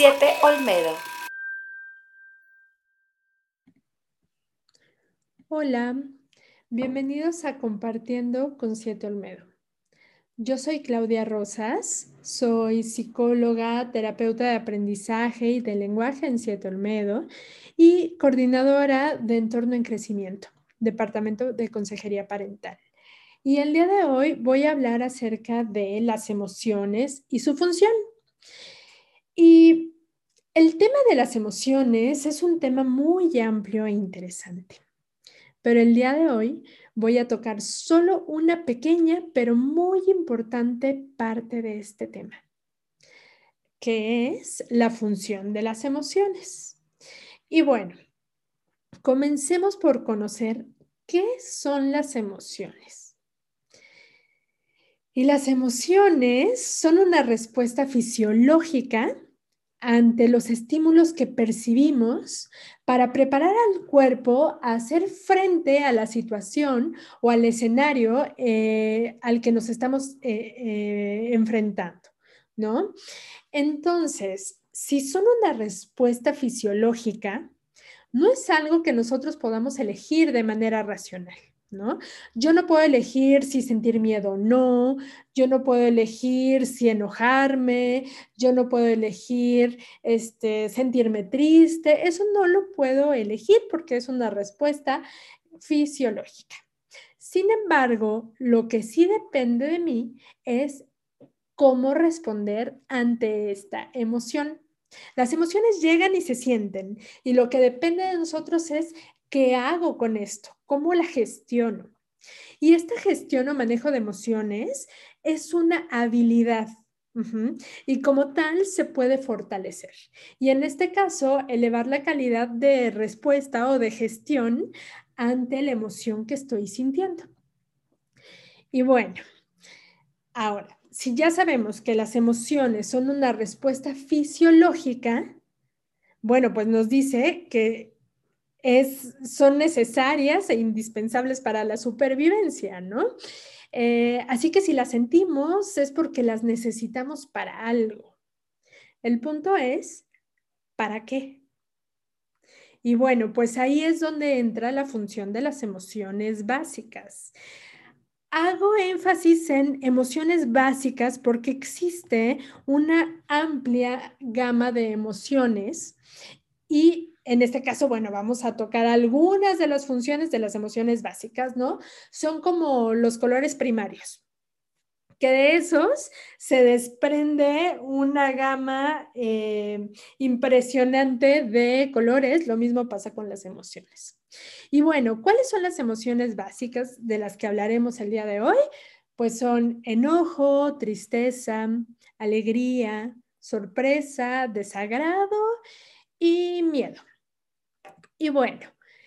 7 Olmedo. Hola, bienvenidos a Compartiendo con 7 Olmedo. Yo soy Claudia Rosas, soy psicóloga, terapeuta de aprendizaje y de lenguaje en 7 Olmedo y coordinadora de Entorno en Crecimiento, Departamento de Consejería Parental. Y el día de hoy voy a hablar acerca de las emociones y su función. Y el tema de las emociones es un tema muy amplio e interesante. Pero el día de hoy voy a tocar solo una pequeña, pero muy importante parte de este tema, que es la función de las emociones. Y bueno, comencemos por conocer qué son las emociones. Y las emociones son una respuesta fisiológica ante los estímulos que percibimos para preparar al cuerpo a hacer frente a la situación o al escenario al que nos estamos enfrentando, ¿no? Entonces, si son una respuesta fisiológica, no es algo que nosotros podamos elegir de manera racional, ¿no? Yo no puedo elegir si sentir miedo o no, yo no puedo elegir si enojarme, yo no puedo elegir sentirme triste, eso no lo puedo elegir porque es una respuesta fisiológica. Sin embargo, lo que sí depende de mí es cómo responder ante esta emoción. Las emociones llegan y se sienten y lo que depende de nosotros es qué hago con esto, cómo la gestiono. Y esta gestión o manejo de emociones es una habilidad. Y como tal se puede fortalecer. Y en este caso, elevar la calidad de respuesta o de gestión ante la emoción que estoy sintiendo. Y bueno, ahora, si ya sabemos que las emociones son una respuesta fisiológica, bueno, pues nos dice que son necesarias e indispensables para la supervivencia, ¿no? Así que si las sentimos es porque las necesitamos para algo. El punto es, ¿para qué? Y bueno, pues ahí es donde entra la función de las emociones básicas. Hago énfasis en emociones básicas porque existe una amplia gama de emociones y en este caso, bueno, vamos a tocar algunas de las funciones de las emociones básicas, ¿no? Son como los colores primarios, que de esos se desprende una gama impresionante de colores. Lo mismo pasa con las emociones. Y bueno, ¿cuáles son las emociones básicas de las que hablaremos el día de hoy? Pues son enojo, tristeza, alegría, sorpresa, desagrado y miedo. Y bueno,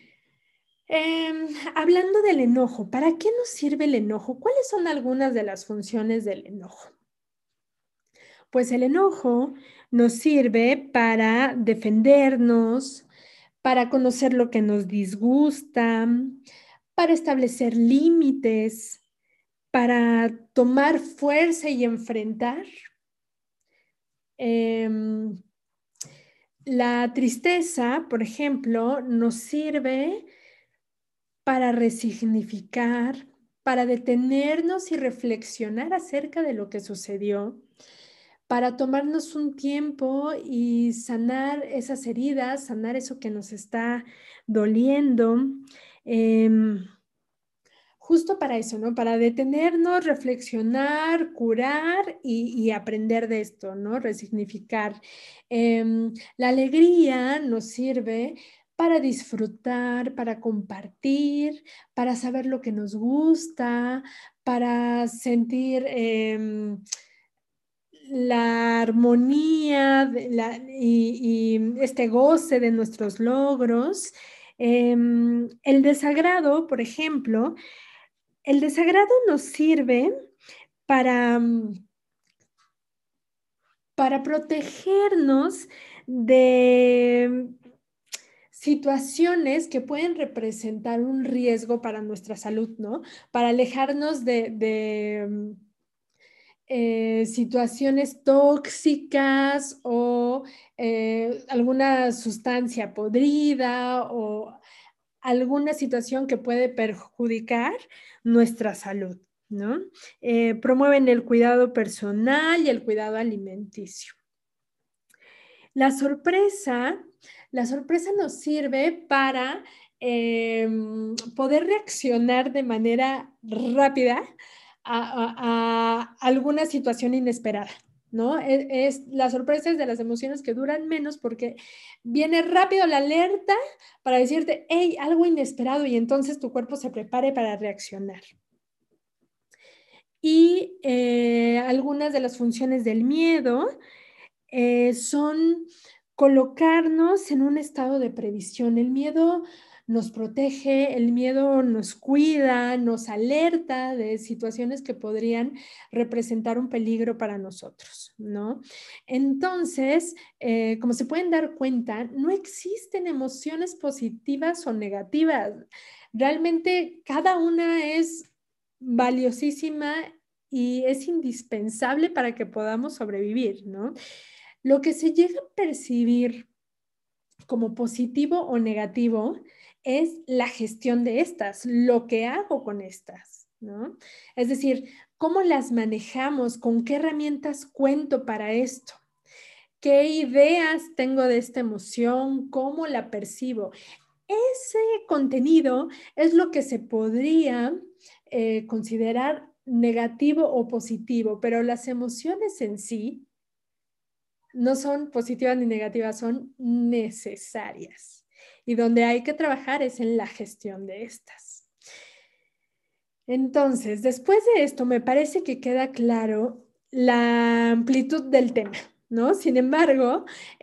hablando del enojo, ¿para qué nos sirve el enojo? ¿Cuáles son algunas de las funciones del enojo? Pues el enojo nos sirve para defendernos, para conocer lo que nos disgusta, para establecer límites, para tomar fuerza y enfrentar. La tristeza, por ejemplo, nos sirve para resignificar, para detenernos y reflexionar acerca de lo que sucedió, para tomarnos un tiempo y sanar esas heridas, sanar eso que nos está doliendo. Justo para eso, ¿no? Para detenernos, reflexionar, curar y aprender de esto, ¿no? Resignificar. La alegría nos sirve para disfrutar, para compartir, para saber lo que nos gusta, para sentir la armonía y este goce de nuestros logros. El desagrado, por ejemplo, el desagrado nos sirve para, para protegernos de situaciones que pueden representar un riesgo para nuestra salud, ¿no? Para alejarnos situaciones tóxicas o alguna sustancia podrida o alguna situación que puede perjudicar nuestra salud, ¿no? Promueven el cuidado personal y el cuidado alimenticio. La sorpresa, la sorpresa nos sirve para poder reaccionar de manera rápida a alguna situación inesperada, ¿no? La sorpresa es de las emociones que duran menos porque viene rápido la alerta para decirte, hey, algo inesperado, y entonces tu cuerpo se prepare para reaccionar. Y algunas de las funciones del miedo son colocarnos en un estado de previsión. El miedo nos protege, el miedo nos cuida, nos alerta de situaciones que podrían representar un peligro para nosotros, ¿no? Entonces, como se pueden dar cuenta, no existen emociones positivas o negativas. Realmente cada una es valiosísima y es indispensable para que podamos sobrevivir, ¿no? Lo que se llega a percibir como positivo o negativo es la gestión de estas, lo que hago con estas, ¿no? Es decir, cómo las manejamos, con qué herramientas cuento para esto, qué ideas tengo de esta emoción, cómo la percibo. Ese contenido es lo que se podría considerar negativo o positivo, pero las emociones en sí no son positivas ni negativas, son necesarias. Y donde hay que trabajar es en la gestión de estas. Entonces, después de esto, me parece que queda claro la amplitud del tema, ¿no? Sin embargo,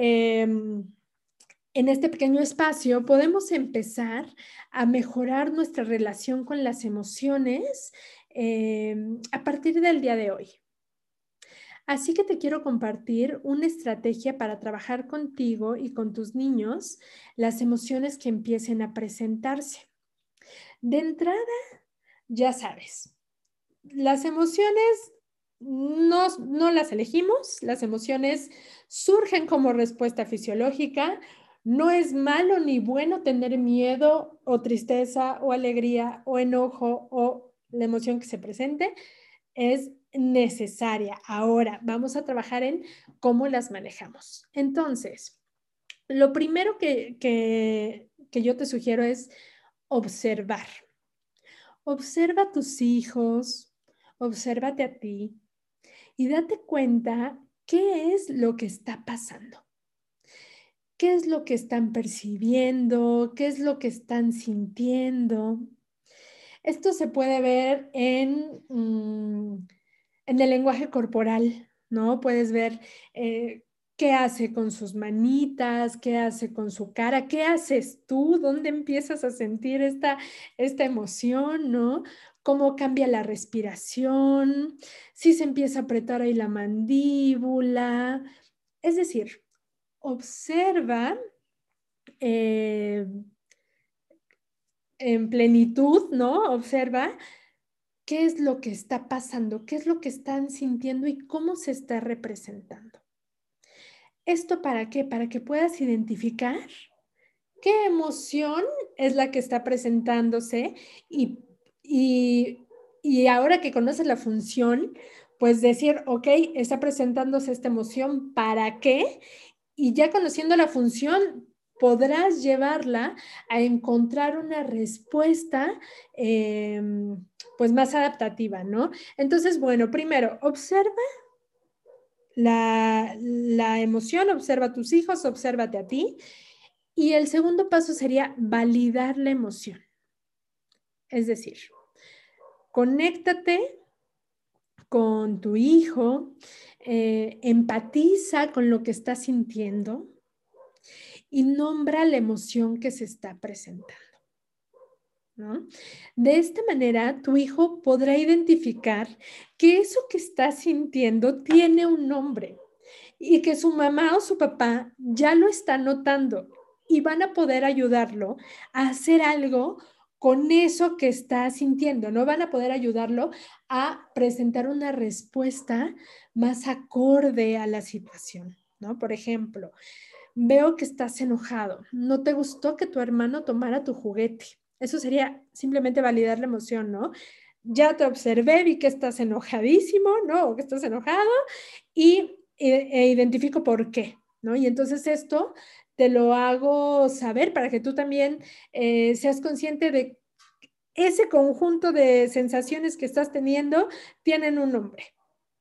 en este pequeño espacio podemos empezar a mejorar nuestra relación con las emociones a partir del día de hoy. Así que te quiero compartir una estrategia para trabajar contigo y con tus niños las emociones que empiecen a presentarse. De entrada, ya sabes, las emociones no las elegimos, las emociones surgen como respuesta fisiológica. No es malo ni bueno tener miedo o tristeza o alegría o enojo o la emoción que se presente. Es necesaria. Ahora vamos a trabajar en cómo las manejamos. Entonces, lo primero que yo te sugiero es observar. Observa a tus hijos, obsérvate a ti y date cuenta qué es lo que está pasando. ¿Qué es lo que están percibiendo? ¿Qué es lo que están sintiendo? Esto se puede ver en el lenguaje corporal, ¿no? Puedes ver qué hace con sus manitas, qué hace con su cara, qué haces tú, dónde empiezas a sentir esta emoción, ¿no? Cómo cambia la respiración, si se empieza a apretar ahí la mandíbula. Es decir, observa en plenitud, ¿no? Observa qué es lo que está pasando, qué es lo que están sintiendo y cómo se está representando. ¿Esto para qué? Para que puedas identificar qué emoción es la que está presentándose y ahora que conoces la función, pues decir, ok, está presentándose esta emoción, ¿para qué? Y ya conociendo la función, podrás llevarla a encontrar una respuesta pues más adaptativa, ¿no? Entonces, bueno, primero, observa la emoción, observa a tus hijos, obsérvate a ti. Y el segundo paso sería validar la emoción. Es decir, conéctate con tu hijo, empatiza con lo que está sintiendo y nombra la emoción que se está presentando, ¿no? De esta manera, tu hijo podrá identificar que eso que está sintiendo tiene un nombre y que su mamá o su papá ya lo está notando y van a poder ayudarlo a hacer algo con eso que está sintiendo, no van a poder ayudarlo a presentar una respuesta más acorde a la situación, ¿no? Por ejemplo, veo que estás enojado, no te gustó que tu hermano tomara tu juguete. Eso sería simplemente validar la emoción, ¿no? Ya te observé, vi que estás enojadísimo, ¿no? O que estás enojado e identifico por qué, ¿no? Y entonces esto te lo hago saber para que tú también seas consciente de ese conjunto de sensaciones que estás teniendo tienen un nombre.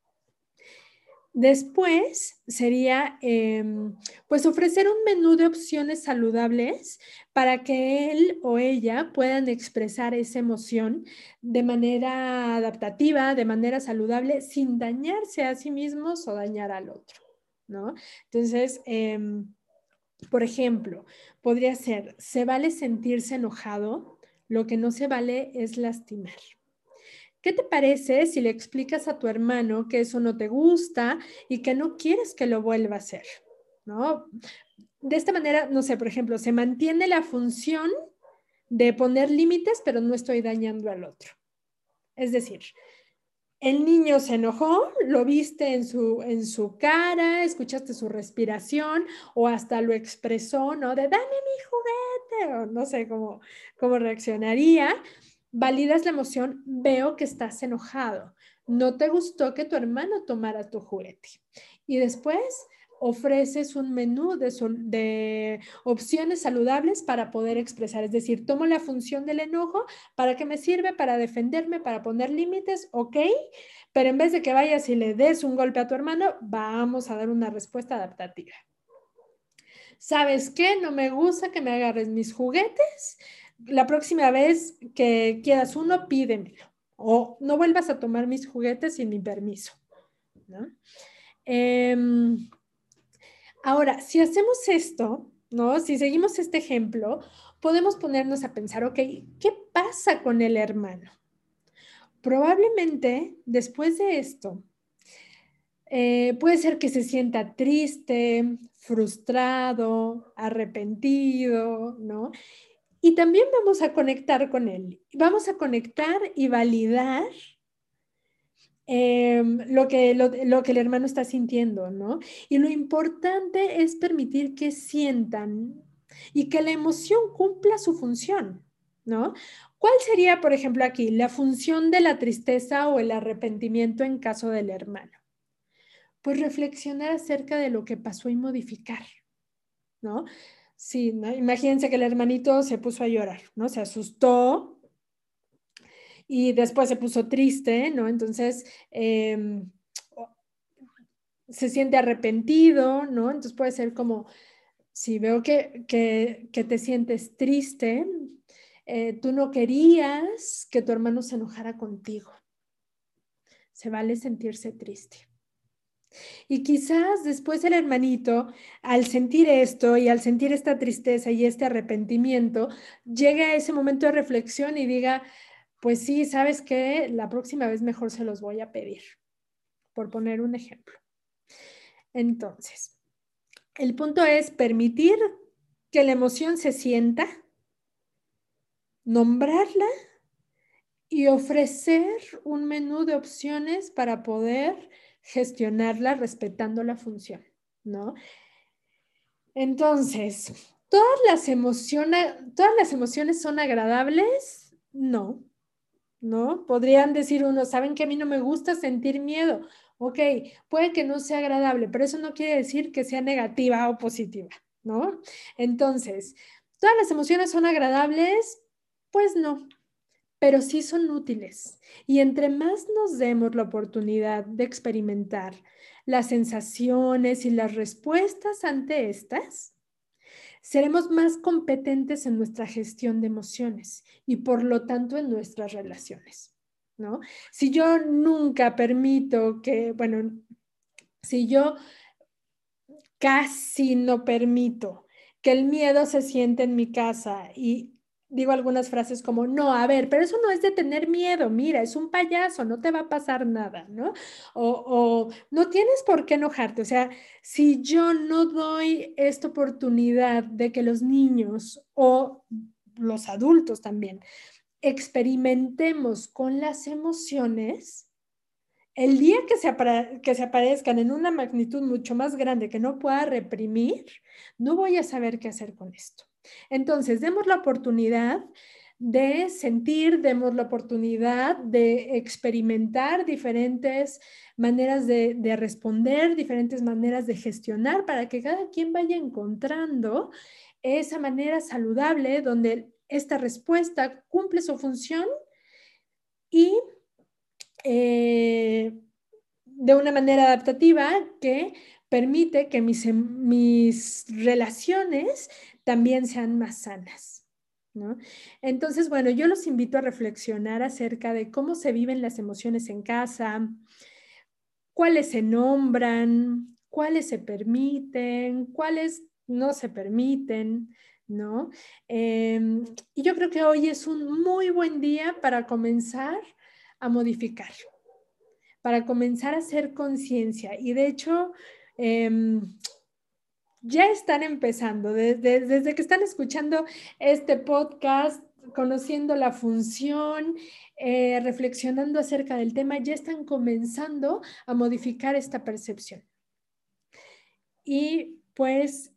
Después sería, pues, ofrecer un menú de opciones saludables para que él o ella puedan expresar esa emoción de manera adaptativa, de manera saludable, sin dañarse a sí mismos o dañar al otro, ¿no? Entonces, por ejemplo, podría ser, se vale sentirse enojado, lo que no se vale es lastimar. ¿Qué te parece si le explicas a tu hermano que eso no te gusta y que no quieres que lo vuelva a hacer? ¿No? De esta manera, no sé, por ejemplo, se mantiene la función de poner límites, pero no estoy dañando al otro. Es decir, el niño se enojó, lo viste en su cara, escuchaste su respiración o hasta lo expresó, ¿no? De dame mi juguete o no sé cómo reaccionaría. Validas la emoción, veo que estás enojado. No te gustó que tu hermano tomara tu juguete. Y después ofreces un menú de opciones saludables para poder expresar. Es decir, tomo la función del enojo, ¿para qué me sirve? Para defenderme, para poner límites, ok, pero en vez de que vayas y le des un golpe a tu hermano, vamos a dar una respuesta adaptativa. ¿Sabes qué? No me gusta que me agarres mis juguetes. La próxima vez que quieras uno, pídemelo. O no vuelvas a tomar mis juguetes sin mi permiso, ¿no? Ahora, si hacemos esto, ¿no? Si seguimos este ejemplo, podemos ponernos a pensar, ok, ¿qué pasa con el hermano? Probablemente después de esto, puede ser que se sienta triste, frustrado, arrepentido, ¿no? Y también vamos a conectar con él. Vamos a conectar y validar lo que el hermano está sintiendo, ¿no? Y lo importante es permitir que sientan y que la emoción cumpla su función, ¿no? ¿Cuál sería, por ejemplo, aquí la función de la tristeza o el arrepentimiento en caso del hermano? Pues reflexionar acerca de lo que pasó y modificar, ¿no? Sí, ¿no? Imagínense que el hermanito se puso a llorar, ¿no? Se asustó y después se puso triste, ¿no? Entonces, se siente arrepentido, ¿no? Entonces puede ser como, si veo que te sientes triste, tú no querías que tu hermano se enojara contigo. Se vale sentirse triste. Y quizás después el hermanito, al sentir esto y al sentir esta tristeza y este arrepentimiento, llegue a ese momento de reflexión y diga, pues sí, ¿sabes qué? La próxima vez mejor se los voy a pedir, por poner un ejemplo. Entonces, el punto es permitir que la emoción se sienta, nombrarla y ofrecer un menú de opciones para poder gestionarla respetando la función, ¿no? Entonces, ¿todas las emociones son agradables? No, ¿no? Podrían decir uno, ¿saben que a mí no me gusta sentir miedo? Ok, puede que no sea agradable, pero eso no quiere decir que sea negativa o positiva, ¿no? Entonces, ¿todas las emociones son agradables? Pues no, pero sí son útiles. Y entre más nos demos la oportunidad de experimentar las sensaciones y las respuestas ante estas, seremos más competentes en nuestra gestión de emociones y por lo tanto en nuestras relaciones, ¿no? Si yo nunca permito que, bueno, si yo casi no permito que el miedo se siente en mi casa y digo algunas frases como, no, a ver, pero eso no es de tener miedo, mira, es un payaso, no te va a pasar nada, ¿no? O no tienes por qué enojarte, o sea, si yo no doy esta oportunidad de que los niños o los adultos también, experimentemos con las emociones, el día que se aparezcan en una magnitud mucho más grande que no pueda reprimir, no voy a saber qué hacer con esto. Entonces, demos la oportunidad de sentir, demos la oportunidad de experimentar diferentes maneras de responder, diferentes maneras de gestionar para que cada quien vaya encontrando esa manera saludable donde esta respuesta cumple su función y de una manera adaptativa que permite que mis relaciones también sean más sanas, ¿no? Entonces, bueno, yo los invito a reflexionar acerca de cómo se viven las emociones en casa, cuáles se nombran, cuáles se permiten, cuáles no se permiten, ¿no? Y yo creo que hoy es un muy buen día para comenzar a modificarlo, para comenzar a hacer conciencia. Y de hecho, ya están empezando, desde que están escuchando este podcast, conociendo la función, reflexionando acerca del tema, ya están comenzando a modificar esta percepción. Y pues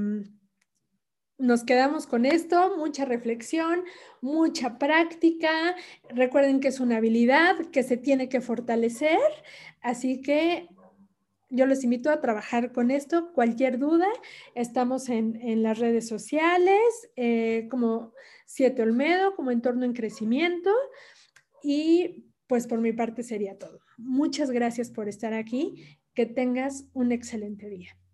nos quedamos con esto, mucha reflexión, mucha práctica. Recuerden que es una habilidad que se tiene que fortalecer, así que yo los invito a trabajar con esto. Cualquier duda, estamos en las redes sociales, como Siete Olmedo, como Entorno en Crecimiento. Y pues por mi parte sería todo. Muchas gracias por estar aquí. Que tengas un excelente día.